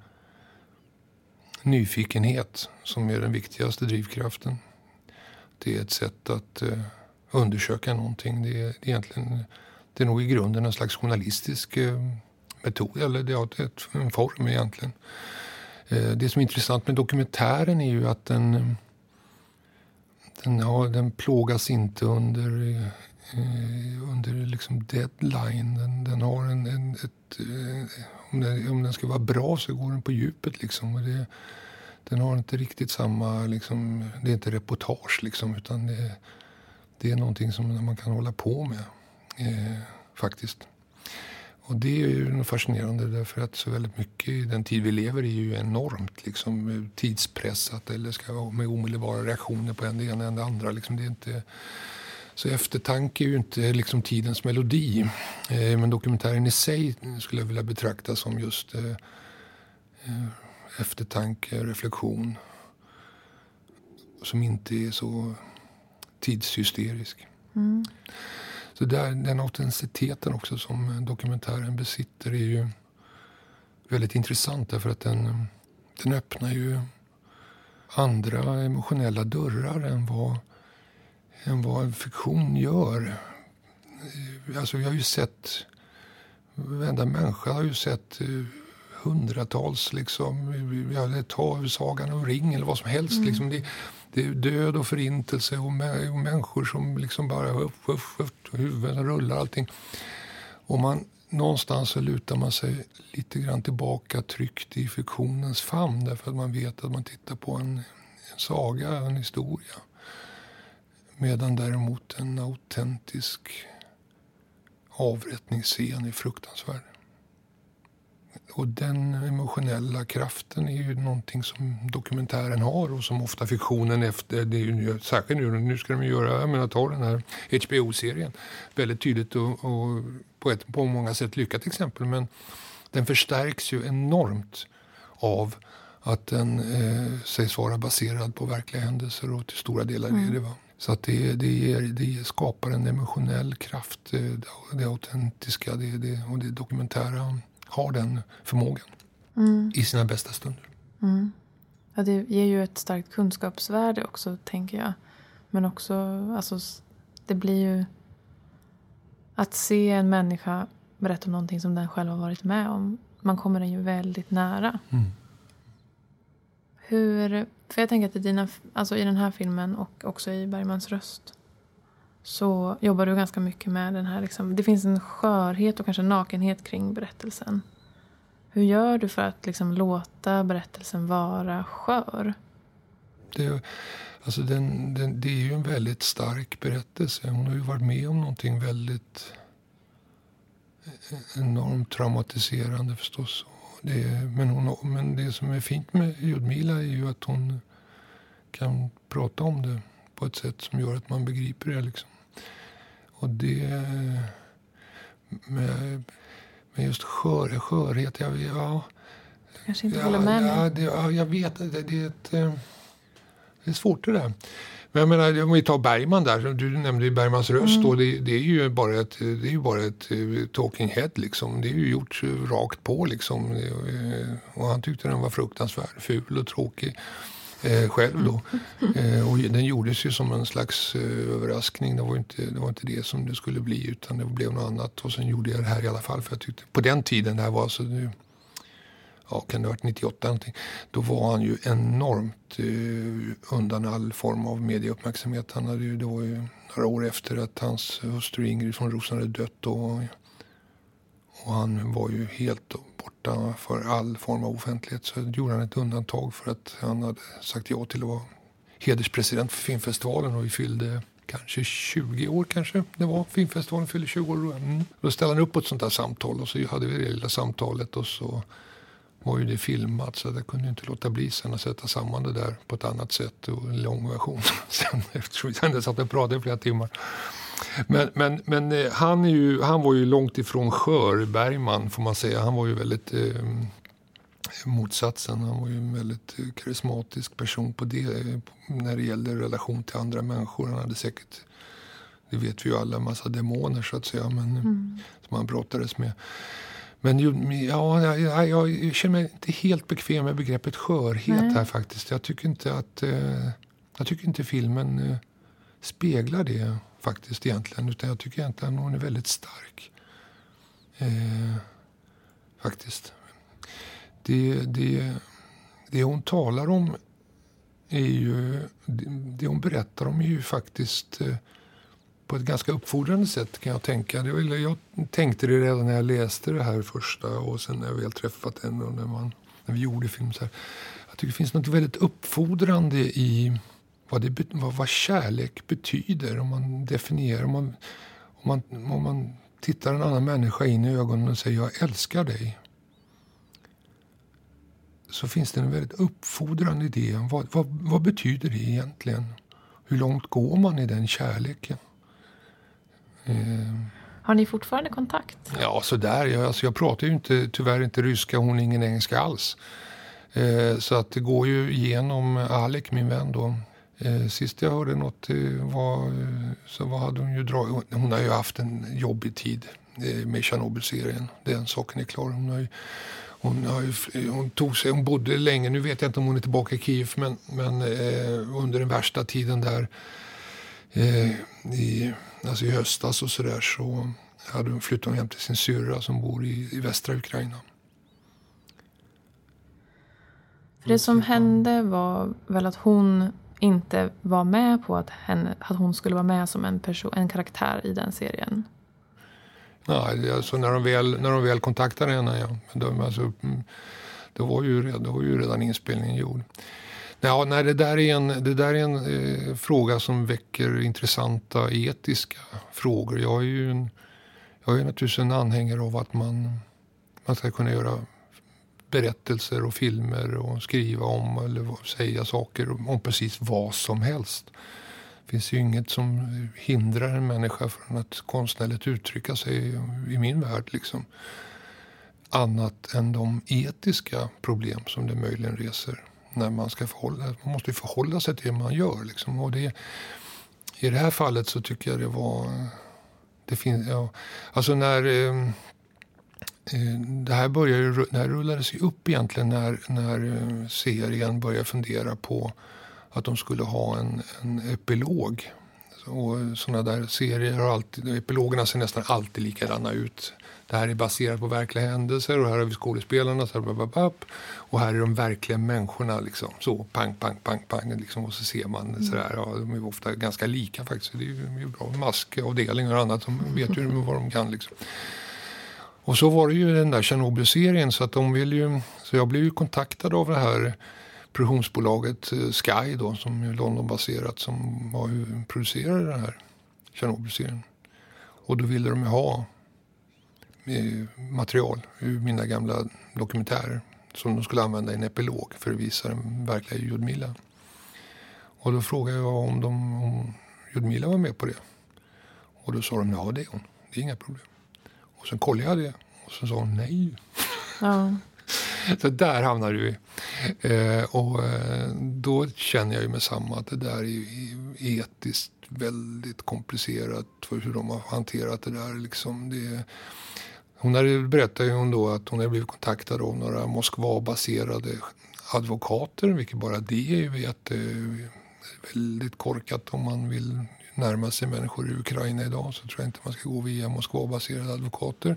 nyfikenhet som är den viktigaste drivkraften. Det är ett sätt att uh, undersöka någonting. Det är, det är egentligen, det är nog i grunden en slags journalistisk uh, metod, eller det är en form egentligen. Uh, det som är intressant med dokumentären är ju att den, den, ja, den plågas inte under, uh, under liksom deadline. Den, den har en, en ett, uh, om, den, om den ska vara bra så går den på djupet liksom. Och det, den har inte riktigt samma, liksom, det är inte reportage liksom, utan det, det är någonting som man kan hålla på med eh, faktiskt. Och det är ju fascinerande därför att så väldigt mycket i den tid vi lever är ju enormt liksom, tidspressat eller ska vara med omedelbara reaktioner på en det ena än det andra. Liksom, det är inte, så eftertanke är ju inte liksom, tidens melodi. Eh, men dokumentären i sig skulle jag vilja betrakta som just eh, eh, eftertanke, reflektion som inte är så tidshysterisk. Mm. Så där, den autenticiteten också som dokumentären besitter är ju väldigt intressant därför att den, den öppnar ju andra emotionella dörrar än vad, än vad en fiktion gör. Alltså vi har ju sett, varenda människa har ju sett hundratals liksom, ja, ta Sagan om ring eller vad som helst mm. liksom, det, det är död och förintelse och, mä, och människor som liksom bara upp, upp, upp, huvuden rullar allting. Och man, någonstans så lutar man sig lite grann tillbaka tryckt i fiktionens famn därför att man vet att man tittar på en, en saga, en historia. Medan däremot en autentisk avrättningsscen är fruktansvärd. Och den emotionella kraften är ju någonting som dokumentären har och som ofta fiktionen efter, det är ju särskilt nu, nu ska de göra, jag menar ta den här H B O-serien, väldigt tydligt och, och på, ett, på många sätt lyckat exempel, men den förstärks ju enormt av att den eh, sägs vara baserad på verkliga händelser och till stora delar mm. är det va. Så att det, det, ger, det skapar en emotionell kraft, det, det autentiska det, det, och det dokumentära har den förmågan mm. i sina bästa stunder. Mm. Ja, det ger ju ett starkt kunskapsvärde också, tänker jag. Men också, alltså, det blir ju att se en människa berätta om någonting som den själv har varit med om. Man kommer den ju väldigt nära. Mm. Hur, för jag tänker att i, dina, alltså i den här filmen och också i Bergmans röst så jobbar du ganska mycket med den här liksom, det finns en skörhet och kanske nakenhet kring berättelsen. Hur gör du för att liksom låta berättelsen vara skör? Det, alltså den, den, det är ju en väldigt stark berättelse. Hon har ju varit med om någonting väldigt enormt traumatiserande förstås. Det, men, hon, men det som är fint med Ljudmila är ju att hon kan prata om det på ett sätt som gör att man begriper det liksom. Och det med, med just skör, skörhet, jag vet, ja. Kanske inte ja, håller med ja, det, ja, jag vet, det, det, är ett, det är svårt det där. Men jag menar, om vi tar Bergman där, du nämnde ju Bergmans röst mm. och det, det är ju bara ett, det är ju bara ett talking head liksom. Det är ju gjort rakt på liksom. Och han tyckte den var fruktansvärd, ful och tråkig. Eh, själv då. Eh, och den gjordes ju som en slags eh, överraskning. Det var, inte, det var inte det som det skulle bli utan det blev något annat. Och sen gjorde jag det här i alla fall för jag tyckte på den tiden det här var så nu, ja kan det ha varit nittioåtta någonting. Då var han ju enormt eh, undan all form av medieuppmärksamhet. Han hade ju, det var ju några år efter att hans hustru Ingrid från Rosen hade dött och, och han var ju helt borta för all form av offentlighet. Så gjorde han ett undantag för att han hade sagt ja till att vara hederspresident för filmfestivalen och vi fyllde kanske tjugo år kanske. Det var filmfestivalen fyllde tjugo år. Mm. Då ställde han upp på ett sånt där samtal och så hade vi det lilla samtalet och så var ju det filmat så jag kunde inte låta bli sen att sätta samman det där på ett annat sätt och en lång version sen eftersom vi sen satt och pratade i flera timmar. Men, men, men han, är ju, han var ju långt ifrån skör Bergman får man säga. Han var ju väldigt eh, motsatsen. Han var ju en väldigt karismatisk person på det när det gällde relation till andra människor. Han hade säkert, det vet vi ju alla, en massa demoner så att säga men, mm. som han brottades med. Men ja, jag, jag känner mig inte helt bekväm med begreppet skörhet Nej. här faktiskt. Jag tycker inte att eh, jag tycker inte filmen eh, speglar det faktiskt egentligen. Utan jag tycker egentligen att hon är väldigt stark. Eh, faktiskt. Det, det, det hon talar om är ju, det, det hon berättar om är ju faktiskt eh, på ett ganska uppfordrande sätt kan jag tänka. Det, jag tänkte det redan när jag läste det här första och sen när jag väl träffat henne och när, man, när vi gjorde film så här. Jag tycker det finns något väldigt uppfordrande i vad, det, vad, vad kärlek betyder om man definierar, om man, om, man, om man tittar en annan människa in i ögonen och säger jag älskar dig. Så finns det en väldigt uppfordrande idé om vad, vad, vad betyder det egentligen? Hur långt går man i den kärleken? Eh, Har ni fortfarande kontakt? Ja, så där. Jag, alltså jag pratar ju inte, tyvärr inte ryska, hon är ingen engelska alls. Eh, så att det går ju igenom Alec, min vän då. Eh, sist jag hörde något eh, var, så vad hade hon ju dragit. Hon har ju haft en jobbig tid eh, med Tjernobyl-serien. Den saken är klar. Hon har ju, hon, har ju, hon tog sig, hon bodde länge, nu vet jag inte om hon är tillbaka i Kiev, men, men eh, under den värsta tiden där eh, i, alltså i höstas och sådär så hade hon flyttat hem till sin syrra som bor i, i västra Ukraina. För det som hände var väl att hon inte var med på att, henne, att hon skulle vara med som en, person, en karaktär i den serien. Nej, alltså när de väl, när de väl kontaktade henne, ja. De, alltså, det var ju, det var ju redan inspelningen gjord. Ja, nej, det där är en, det där är en eh, fråga som väcker intressanta etiska frågor. Jag är ju en, jag är naturligtvis en anhängare av att man, man ska kunna göra berättelser och filmer och skriva om eller säga saker om precis vad som helst. Det finns ju inget som hindrar en människa från att konstnärligt uttrycka sig i min värld liksom. Annat än de etiska problem som det möjligen reser när man ska förhålla, man måste ju förhålla sig till det man gör liksom. Och det, i det här fallet så tycker jag det var det finns ja, alltså när eh, det här började, det här rullades ju upp egentligen när, när serien började fundera på att de skulle ha en, en epilog. Och sådana där serier har alltid, epilogerna ser nästan alltid likadana ut. Det här är baserat på verkliga händelser och här har vi skådespelarna så här, och här är de verkliga människorna liksom. Så pang, pang, pang, pang liksom, och så ser man mm. sådär, ja, de är ofta ganska lika faktiskt. Det är ju, det är bra maskavdelningar och annat, de vet ju vad de kan liksom. Och så var det ju den där Chernobyl-serien så att de vill ju, så jag blev ju kontaktad av det här produktionsbolaget Sky då, som är London-baserat, som var ju producerade den här Chernobyl-serien. Och då ville de ju ha material ur mina gamla dokumentärer som de skulle använda i en epilog för att visa den verkliga Ljudmila. Och då frågade jag om, de, om Ljudmila var med på det. Och då sa de, ja det är hon, det är inga problem. Och sen kollade jag det och så sa hon nej. Ja. Så där hamnar du. Eh, och eh, då känner jag ju med samma att det där är etiskt väldigt komplicerat för hur de har hanterat det där. Liksom det, hon hade berättat ju hon då att hon hade blivit kontaktad av några Moskva-baserade advokater, vilket bara det är ju jätte, väldigt korkat om man vill närma sig människor i Ukraina idag, så tror jag inte man ska gå via Moskva-baserade advokater.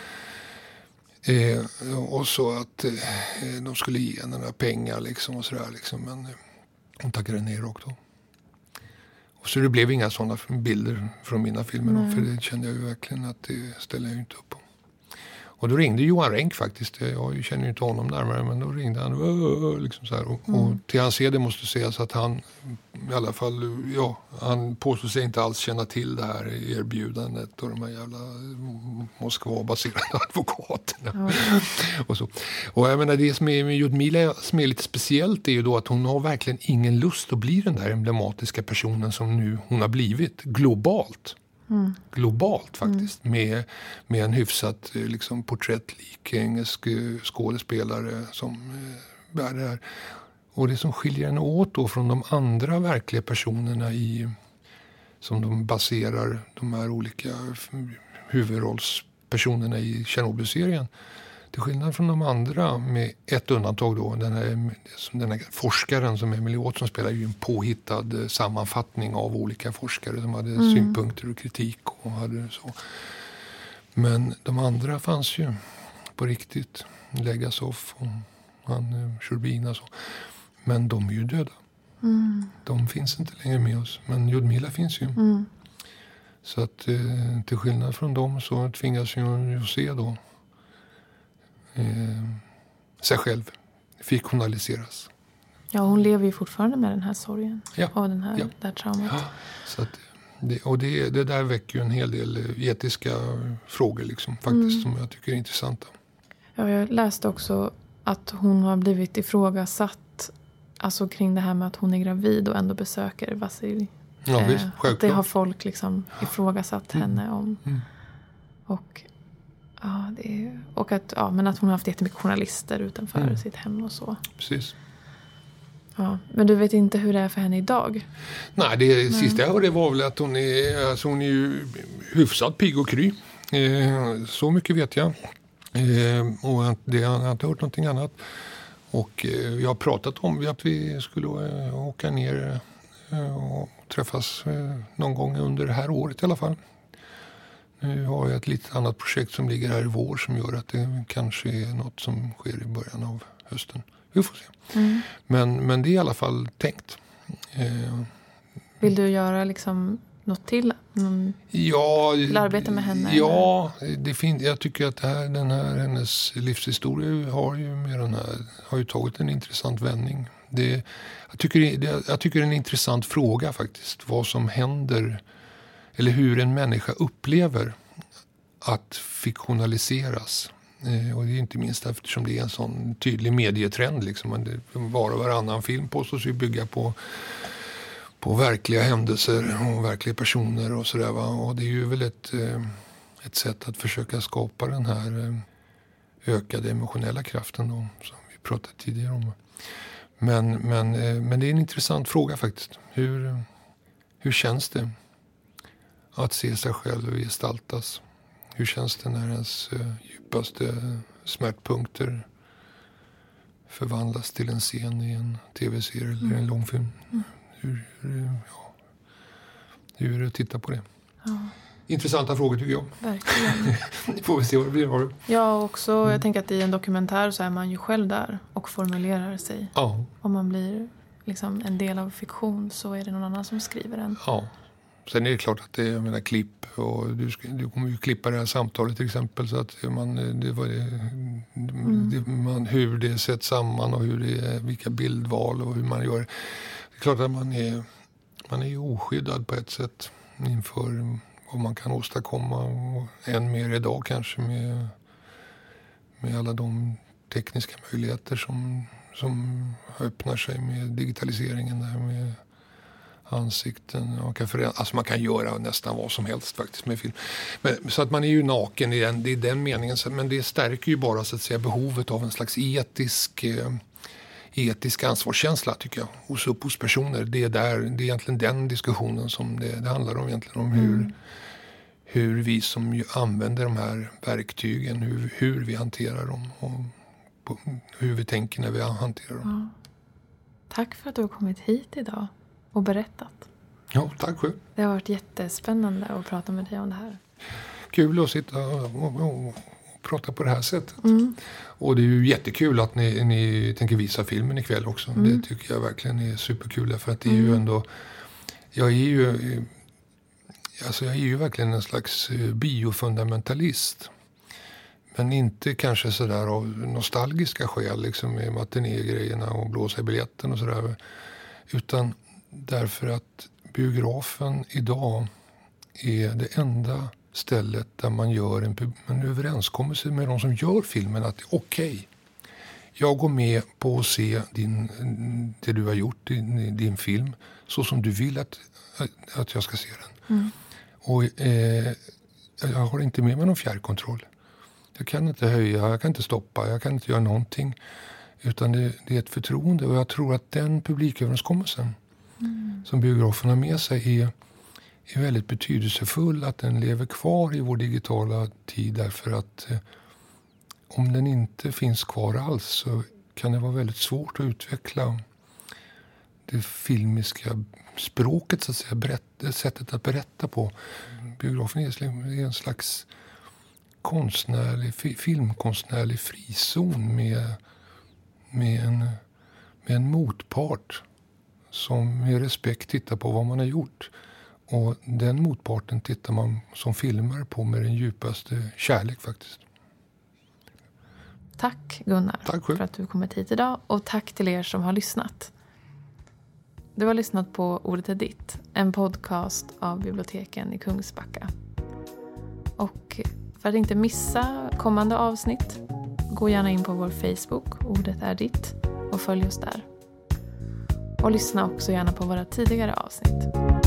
Eh, och så att eh, de skulle ge henne några pengar liksom och sådär liksom, men eh, hon tackade ner rakt då. Och så det blev inga sådana bilder från mina filmer då, för det kände jag ju verkligen att det ställer jag inte upp på. Och då ringde Johan Renck faktiskt, jag känner ju inte honom närmare, men då ringde han liksom så här. Och, mm. och till hans seder måste sägas att han i alla fall, ja, han påstår sig inte alls känna till det här erbjudandet och de här jävla Moskva-baserade advokaterna. Mm. och så. Och jag menar, det som är med Ljudmila som är lite speciellt är ju då att hon har verkligen ingen lust att bli den där emblematiska personen som nu hon har blivit globalt. Mm. Globalt faktiskt, mm. med, med en hyfsat liksom, porträttlik engelsk skådespelare som eh, bär det här. Och det som skiljer henne åt då från de andra verkliga personerna i, som de baserar de här olika huvudrollspersonerna i Chernobyl-serien. Till skillnad från de andra, med ett undantag då, den här, den här forskaren som Emily Watson spelar ju en påhittad sammanfattning av olika forskare som hade mm. synpunkter och kritik och hade så. Men de andra fanns ju på riktigt. Legasov och han Shurbina så. Men de är ju döda. Mm. De finns inte längre med oss. Men Ljudmila finns ju. Mm. Så att eh, till skillnad från dem så tvingas ju att se då Eh, sig själv fiktionaliseras. Ja, hon lever ju fortfarande med den här sorgen ja. och den här, ja. där traumat. Ja. Så att det, och det, det där väcker ju en hel del etiska frågor liksom, faktiskt, mm. som jag tycker är intressanta. Ja, jag läste också att hon har blivit ifrågasatt alltså kring det här med att hon är gravid och ändå besöker Vasilij. Ja, visst, eh, det har folk liksom ifrågasatt mm. henne om. Mm. Och ja, det är, och att, ja, men att hon har haft jättemycket journalister utanför mm. sitt hem och så. Precis. Ja, men du vet inte hur det är för henne idag? Nej, det Nej. sista jag hörde var väl att hon är, alltså hon är ju hyfsat pigg och kry. Eh, så mycket vet jag. Eh, och det, jag har inte hört någonting annat. Och eh, vi har pratat om att vi skulle eh, åka ner eh, och träffas eh, någon gång under det här året i alla fall. Nu har jag ett litet annat projekt som ligger här i vår som gör att det kanske är något som sker i början av hösten. Vi får se. Mm. Men, men det är i alla fall tänkt. Eh, Vill du göra liksom något till? Någon, ja, vill arbeta med henne? Ja, det fin- jag tycker att det här, den här, hennes livshistoria har ju, med den här, har ju tagit en intressant vändning. Det, jag, tycker, det, jag tycker det är en intressant fråga faktiskt. Vad som händer, eller hur en människa upplever att fiktionaliseras. Eh, och det är inte minst eftersom det är en sån tydlig medietrend. Liksom. Var och varannan film påstås ju bygga på, på verkliga händelser och verkliga personer och sådär. Va? Och det är ju väl ett, eh, ett sätt att försöka skapa den här eh, ökade emotionella kraften då, som vi pratade tidigare om. Men, men, eh, men det är en intressant fråga faktiskt. Hur, hur känns det att se sig själv gestaltas? Hur känns det när ens eh, djupaste smärtpunkter förvandlas till en scen i en tv-serie eller mm. en långfilm? Mm. Hur, hur, ja. hur är det att titta på det? Ja. Intressanta frågor tycker jag. Verkligen. Får vi se vad det blir av det. Ja, också mm. jag tänker att i en dokumentär så är man ju själv där och formulerar sig. Ja. Om man blir liksom en del av fiktion så är det någon annan som skriver den. Ja. Sen är det klart att det är, jag menar, klipp och du, ska, du kommer ju klippa det här samtalet till exempel så att man, det var det, mm. det, man, hur det sätts samman och hur det, vilka bildval och hur man gör. Det är klart att man är, man är oskyddad på ett sätt inför vad man kan åstadkomma och än mer idag kanske med, med alla de tekniska möjligheter som, som öppnar sig med digitaliseringen där med ansikten. Man kan, förändra, alltså man kan göra nästan vad som helst faktiskt med film. Men, så att man är ju naken i den, det är den meningen. Men det stärker ju bara så att säga behovet av en slags etisk, eh, etisk ansvarskänsla tycker jag. Hos upphovspersoner. Det är, där, det är egentligen den diskussionen som det, det handlar om egentligen. Om hur, mm. hur vi som ju använder de här verktygen, hur, hur vi hanterar dem. Och på, hur vi tänker när vi hanterar dem. Ja. Tack för att du har kommit hit idag. Och berättat. Ja, tack själv. Det har varit jättespännande att prata med dig om det här. Kul att sitta och, och, och prata på det här sättet. Mm. Och det är ju jättekul att ni, ni tänker visa filmen ikväll också. Mm. Det tycker jag verkligen är superkul. För att det är mm. ju ändå... Jag är ju... Alltså jag är ju verkligen en slags biofundamentalist. Men inte kanske sådär av nostalgiska skäl. Liksom med matiné-grejerna och blåsa i biljetten och sådär. Utan därför att biografen idag är det enda stället där man gör en, en överenskommelse med de som gör filmen att okej, okay, jag går med på att se din, det du har gjort, din, din film, så som du vill att, att jag ska se den. Mm. Och eh, jag har inte med mig någon fjärrkontroll. Jag kan inte höja, jag kan inte stoppa, jag kan inte göra någonting. Utan det, det är ett förtroende och jag tror att den publiköverenskommelsen mm. som biografen har med sig är, är väldigt betydelsefull. Att den lever kvar i vår digitala tid därför att eh, om den inte finns kvar alls så kan det vara väldigt svårt att utveckla det filmiska språket, så att säga, berätt, sättet att berätta på. Biografen är en slags konstnärlig, filmkonstnärlig frizon med Med en, med en motpart som med respekt tittar på vad man har gjort. Och den motparten tittar man som filmare på med den djupaste kärlek faktiskt. Tack Gunnar tack för att du kommit hit idag. Och tack till er som har lyssnat. Du har lyssnat på Ordet är ditt. En podcast av biblioteken i Kungsbacka. Och för att inte missa kommande avsnitt, gå gärna in på vår Facebook, Ordet är ditt, och följ oss där. Och lyssna också gärna på våra tidigare avsnitt.